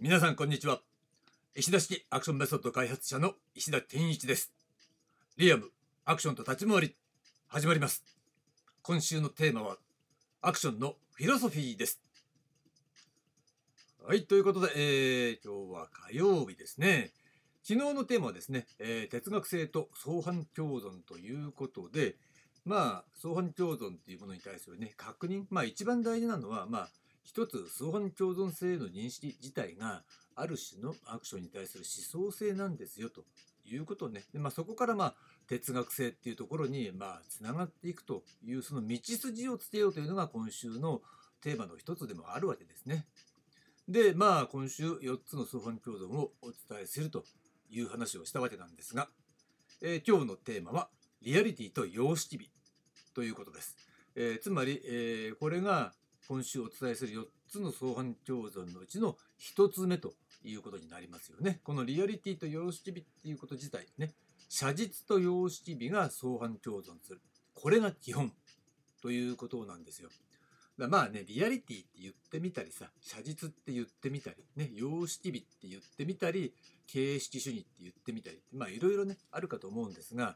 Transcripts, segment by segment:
皆さんこんにちは。石田式アクションメソッド開発者の石田健一です。リアムアクションと立ち回り始まります。今週のテーマはアクションのフィロソフィーです。はい、ということで、今日は火曜日ですね。昨日のテーマはですね、哲学性と相反共存ということで、相反共存っていうものに対するね確認、一番大事なのは一つ相反共存性の認識自体がある種のアクションに対する思想性なんですよということをね、でそこから哲学性っていうところにつながっていくというその道筋をつけようというのが今週のテーマの一つでもあるわけですね。で今週4つの相反共存をお伝えするという話をしたわけなんですが、今日のテーマはリアリティと様式美ということです。つまり、これが今週お伝えする4つの相反共存のうちの1つ目ということになりますよね。このリアリティと様式美っていうこと自体ね、写実と様式美が相反共存する。これが基本ということなんですよ。リアリティって言ってみたりさ、写実って言ってみたり、ね、様式美って言ってみたり、形式主義って言ってみたり、いろいろね、あるかと思うんですが、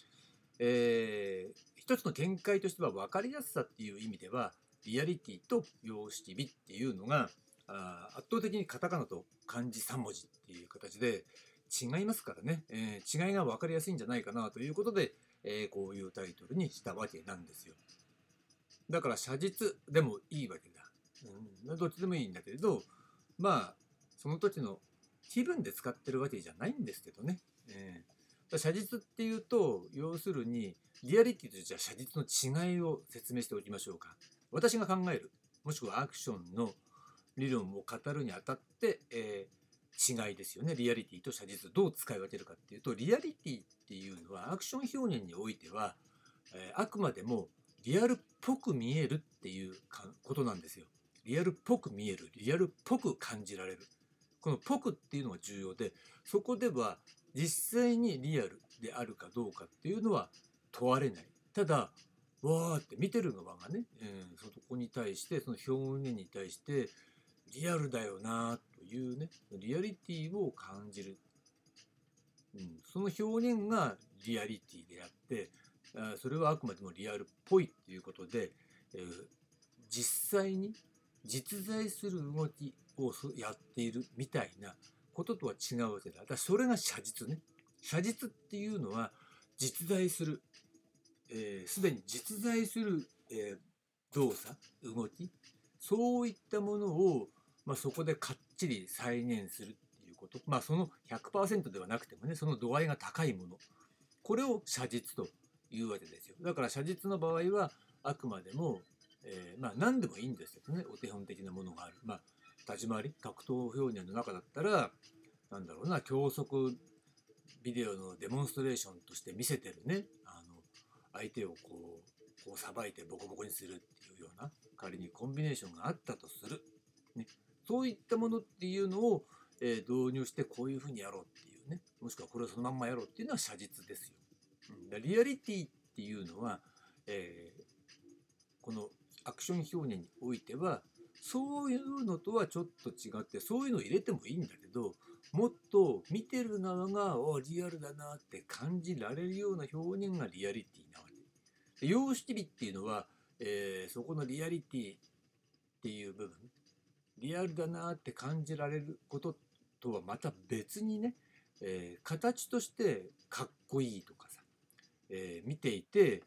一つの見解としては分かりやすさっていう意味ではリアリティと様式美っていうのが圧倒的にカタカナと漢字3文字っていう形で違いますからね、違いが分かりやすいんじゃないかなということで、こういうタイトルにしたわけなんですよ。だから写実でもいいわけだ、どっちでもいいんだけれどその時の気分で使ってるわけじゃないんですけどね、写実っていうと要するにリアリティとじゃ写実の違いを説明しておきましょうか。私が考えるもしくはアクションの理論を語るにあたって、違いですよね。リアリティと写実どう使い分けるかっていうと、リアリティっていうのはアクション表現においては、あくまでもリアルっぽく見えるっていうことなんですよ。リアルっぽく見える、リアルっぽく感じられる。このぽくっていうのが重要で、そこでは実際にリアルであるかどうかっていうのは問われない。ただわーって見てる側がね、そこに対してその表現に対してリアルだよなというねリアリティを感じる、その表現がリアリティであってそれはあくまでもリアルっぽいっていうことで、実際に実在する動きをやっているみたいなこととは違うわけだ。だからそれが写実ね。写実っていうのは実在する、すでに実在する、動作動きそういったものを、そこでかっちり再現するっていうこと、その 100% ではなくてもねその度合いが高いもの、これを写実というわけですよ。だから写実の場合はあくまでも、何でもいいんですけどね、お手本的なものがある。立ち回り格闘表現の中だったら競速ビデオのデモンストレーションとして見せてるね相手をこうさばいてボコボコにするっていうような仮にコンビネーションがあったとする、ね、そういったものっていうのを、導入してこういうふうにやろうっていうね、もしくはこれをそのまんまやろうっていうのは写実ですよ。リアリティっていうのは、このアクション表現においてはそういうのとはちょっと違って、そういうのを入れてもいいんだけど、もっと見てる側がリアルだなって感じられるような表現がリアリティなわけ。様式美っていうのは、そこのリアリティっていう部分、リアルだなって感じられることとはまた別にね、形としてかっこいいとかさ、見ていて、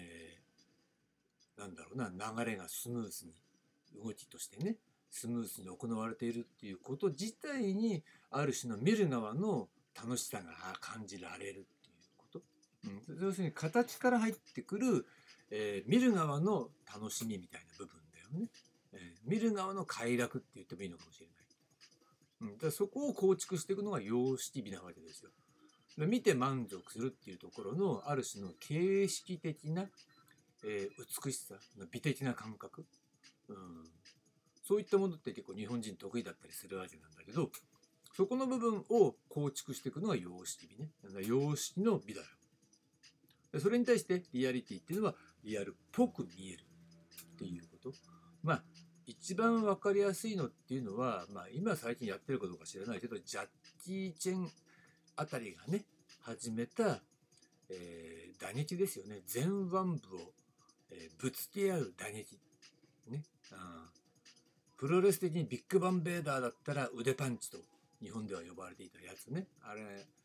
流れがスムーズに動きとしてねスムーズに行われているっていうこと自体にある種の見る側の楽しさが感じられるっていうこと、要するに形から入ってくる、見る側の楽しみみたいな部分だよね、見る側の快楽って言ってもいいのかもしれない、そこを構築していくのが様式美なわけですよ。見て満足するっていうところのある種の形式的な、美しさ美的な感覚、そういったものって結構日本人得意だったりするわけなんだけど、そこの部分を構築していくのが様式美ね。様式の美だよ。それに対してリアリティっていうのはリアルっぽく見えるっていうこと。 一番分かりやすいのっていうのは、今最近やってるかどうか知らないけど、ジャッキー・チェンあたりがね始めた、打撃ですよね。前腕部を、ぶつけ合う打撃ね。プロレス的にビッグバンベーダーだったら腕パンチと日本では呼ばれていたやつね。あれ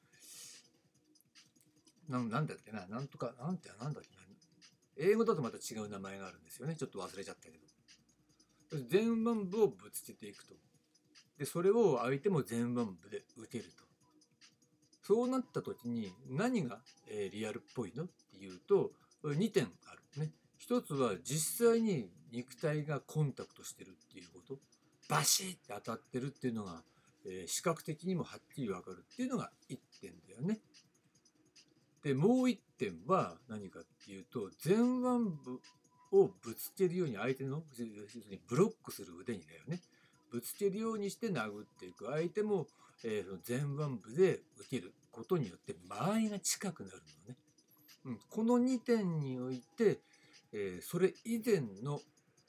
なんだっけな、なんだっけな、英語だとまた違う名前があるんですよね。ちょっと忘れちゃったけど。前腕部をぶつけていくと。で、それを相手も前腕部で受けると。そうなった時に何が、リアルっぽいのっていうと、2点あるね。一つは実際に肉体がコンタクトしてるっていうこと。バシッて当たってるっていうのが、視覚的にもはっきりわかるっていうのが1点だよね。で、もう1点は何かっていうと、前腕部をぶつけるように相手のブロックする腕にだよね。ぶつけるようにして殴っていく。相手も、前腕部で受けることによって間合いが近くなるのね。この2点において、それ以前の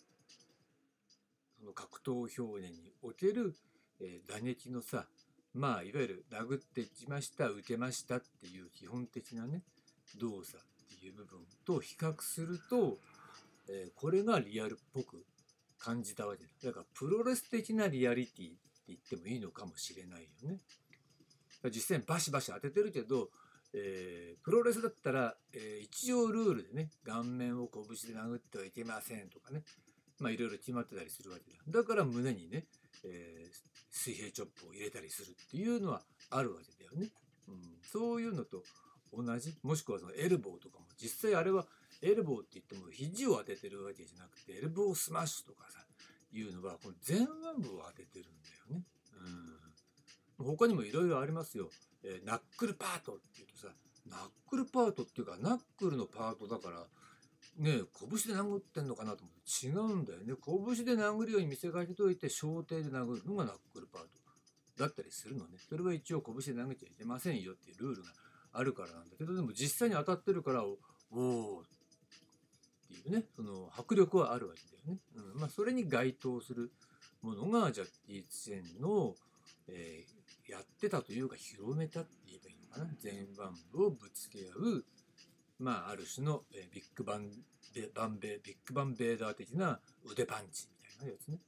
その格闘表現における、打撃のさ、いわゆる殴ってきました、受けましたっていう基本的なね動作っていう部分と比較すると、これがリアルっぽく感じたわけだ。だからプロレス的なリアリティって言ってもいいのかもしれないよね。実際にバシバシ当ててるけど、プロレスだったら、一応ルールでね、顔面を拳で殴ってはいけませんとかね、いろいろ決まってたりするわけだ。だから胸にね、水平チョップを入れたりするっていうのはあるわけだよね。そういうのと同じ、もしくはそのエルボーとかも、実際あれはエルボーって言っても肘を当ててるわけじゃなくて、エルボースマッシュとかさ、いうのはこの前腕部を当ててるんだよね。他にもいろいろありますよ。ナックルパートっていうとさ、ナックルパートっていうか、ナックルのパートだから、ね、拳で殴ってんのかなと思って違うんだよね。拳で殴るように見せかけといて、小手で殴るのがナックルパートだったりするのね。それは一応拳で殴っちゃいけませんよっていうルールがあるからなんだけど、でも実際に当たってるから、おおっていうね、その迫力はあるわけだよね。それに該当するものがジャッキー・チェンの、やってたというか広めたって言えばいいのかな。前腕部をぶつけ合う、ある種の、ビッグバンベーダー的な腕パンチみたいなやつね。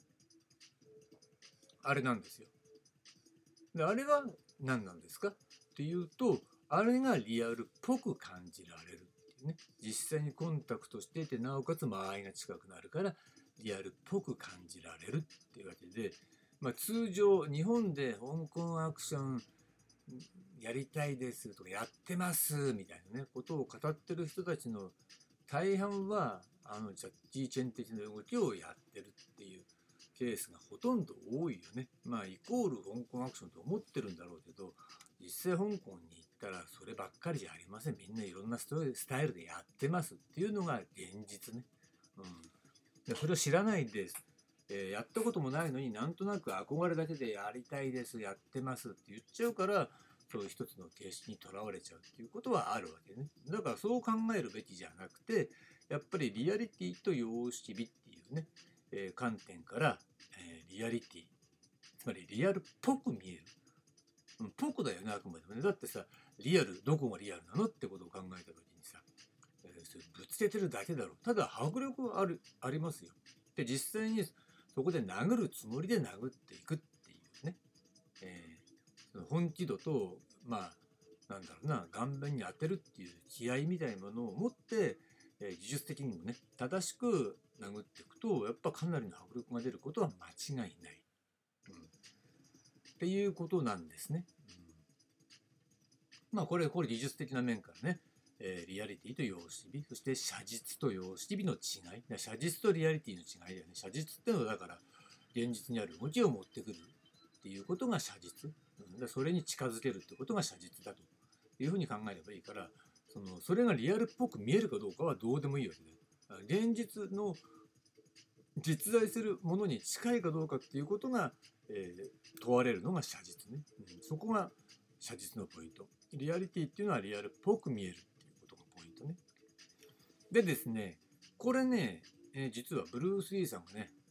あれなんですよ。で、あれは何なんですかっていうと、あれがリアルっぽく感じられるっていうね。実際にコンタクトしていて、なおかつ間合いが近くなるから、リアルっぽく感じられるっていうわけで、通常、日本で香港アクションやりたいですとか、やってますみたいなね、ことを語ってる人たちの大半は、ジャッキー・チェン的な動きをやってるっていうケースがほとんど多いよね。イコール香港アクションと思ってるんだろうけど、実際香港に行ったらそればっかりじゃありません。みんないろんなスタイルでやってますっていうのが現実ね。でそれを知らないです。やったこともないのになんとなく憧れだけでやりたいです、やってますって言っちゃうから、そういう一つの形式にとらわれちゃうっていうことはあるわけね。だからそう考えるべきじゃなくて、やっぱりリアリティと様式美っていうね、観点から、リアリティ、つまりリアルっぽく見える。ぽくだよね、あくまでもね。だってさ、リアル、どこがリアルなのってことを考えた時にさ、それぶつけてるだけだろう。ただ迫力はありますよ。で、実際にそこで殴るつもりで殴っていくっていうね、その本気度と、なんだろうな、顔面に当てるっていう気合みたいなものを持って、技術的にもね、正しく殴っていくと、やっぱかなりの迫力が出ることは間違いない。っていうことなんですね。これ技術的な面からね、リアリティと様式美、そして写実と様式美の違い。写実とリアリティの違いだよね。写実ってのはだから現実にある動きを持ってくるっていうことが写実。それに近づけるってことが写実だというふうに考えればいいから、それがリアルっぽく見えるかどうかはどうでもいいわけで、現実の実在するものに近いかどうかっていうことが、問われるのが写実ね。そこが写実のポイント。リアリティっていうのはリアルっぽく見えるっていうことがポイントね。でですね、これね、実はブルース・リーさんがね、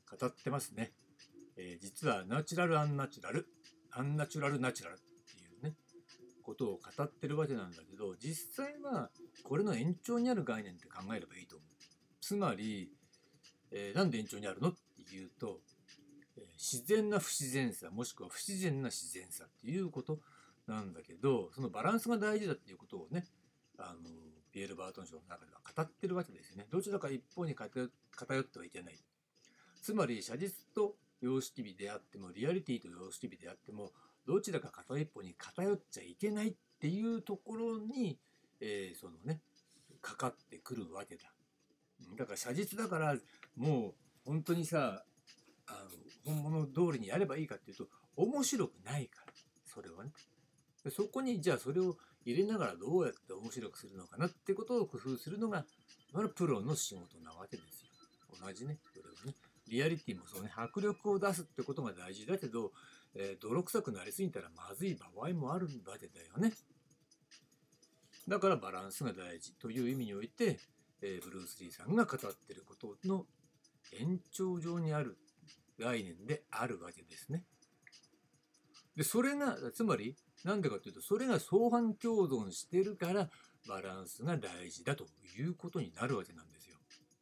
語ってますね。実はナチュラルアンナチュラルナチュラルっていうねことを語ってるわけなんだけど、実際はこれの延長にある概念って考えればいいと思う。つまり、なんで延長にあるのっていうと、自然な不自然さもしくは不自然な自然さっていうことなんだけど、そのバランスが大事だっていうことをね、ピエール・バートン賞の中では語ってるわけですよね。どちらか一方に偏ってはいけない。つまり写実と様式美であってもリアリティと様式美であってもどちらか片一方に偏っちゃいけないっていうところに、そのねかかってくるわけだ。だから写実だからもう本当にさ本物通りにやればいいかっていうと面白くないから、それはね。そこにじゃあそれを入れながらどうやって面白くするのかなってことを工夫するのがプロの仕事なわけですよ。同じね、それはね。リアリティもそうね、迫力を出すってことが大事だけど、泥臭くなりすぎたらまずい場合もあるわけだよね。だからバランスが大事という意味において、ブルース・リーさんが語っていることの延長上にある概念であるわけですね。でそれがつまり何でかというと、それが相反共存してるからバランスが大事だということになるわけなんですよ。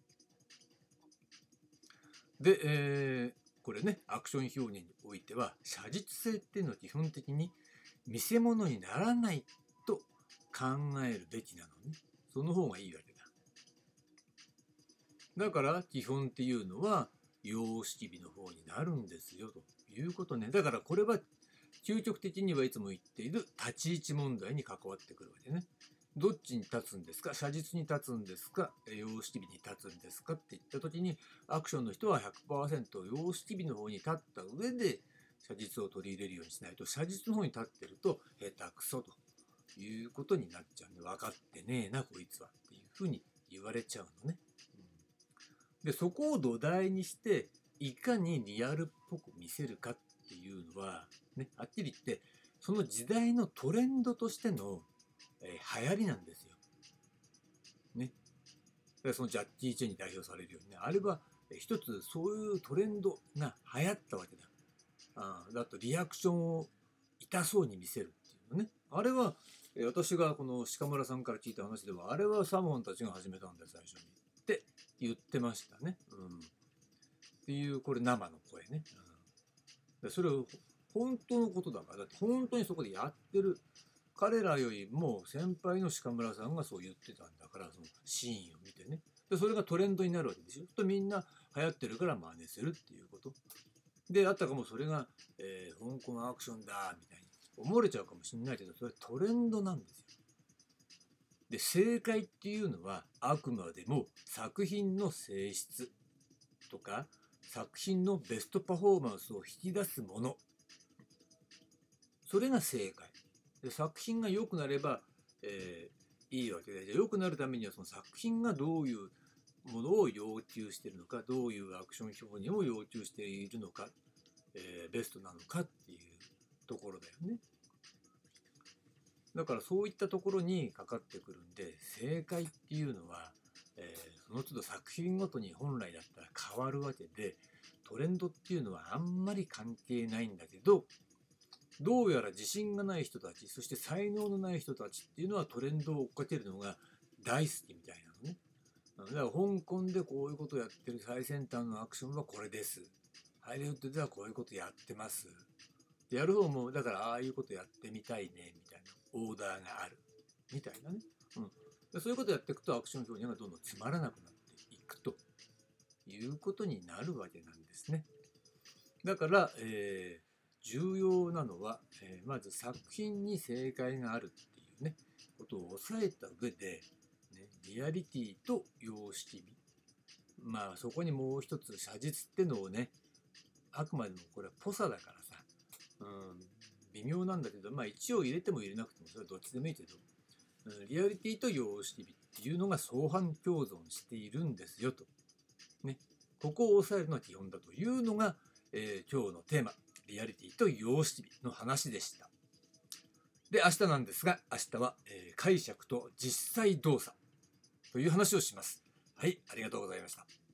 で、これねアクション表現においては写実性っていうのは基本的に見せ物にならないと考えるべきなのね。その方がいいわけだ。だから基本っていうのは様式美の方になるんですよということね。だからこれは究極的にはいつも言っている立ち位置問題に関わってくるわけね。どっちに立つんですか、写実に立つんですか、様式美に立つんですかって言った時にアクションの人は 100% 様式美の方に立った上で写実を取り入れるようにしないと、写実の方に立ってると下手くそということになっちゃうんで、分かってねえなこいつはっていうふうに言われちゃうのね。でそこを土台にしていかにリアルっぽく見せるかっていうのはね、はっきり言ってその時代のトレンドとしての、流行りなんですよ。ね。でそのジャッキー・チェンに代表されるようにね、あれは一つそういうトレンドが流行ったわけだ。だとリアクションを痛そうに見せるっていうのね。あれは私がこの鹿村さんから聞いた話では、あれはサモンたちが始めたんだよ最初にって言ってましたね。っていうこれ生の声ね。でそれを本当のことだから、だって本当にそこでやってる彼らよりも先輩の鹿村さんがそう言ってたんだから、そのシーンを見てね。でそれがトレンドになるわけでしょ。とみんな流行ってるから真似するっていうことであったかも。それが、香港アクションだみたいに思われちゃうかもしれないけど、それはトレンドなんですよ。で正解っていうのはあくまでも作品の性質とか作品のベストパフォーマンスを引き出すもの、それが正解で、作品が良くなれば、いいわけで、良くなるためにはその作品がどういうものを要求しているのか、どういうアクション表現を要求しているのか、ベストなのかっていうところだよね。だからそういったところにかかってくるんで、正解っていうのは、その都度作品ごとに本来だったら変わるわけで、トレンドっていうのはあんまり関係ないんだけど、どうやら自信がない人たち、そして才能のない人たちっていうのはトレンドを追っかけるのが大好きみたいなのね。だから香港でこういうことをやってる最先端のアクションはこれです。ハリウッドではこういうことやってます。やる方もだからああいうことやってみたいねみたいなオーダーがあるみたいなね。そういうことやっていくとアクション表現がどんどんつまらなくなっていくということになるわけなんですね。だから、重要なのは、まず作品に正解があるっていうねことを押さえた上で、ね、リアリティと様式美、そこにもう一つ写実ってのをね、あくまでもこれはポサだからさ、微妙なんだけど、一応入れても入れなくてもそれはどっちでもいいけど、リアリティと様式美っていうのが相反共存しているんですよと、ね、ここを押さえるのが基本だというのが、今日のテーマ、リアリティと様式美の話でした。で明日なんですが、明日は、解釈と実際動作という話をします。はい、ありがとうございました。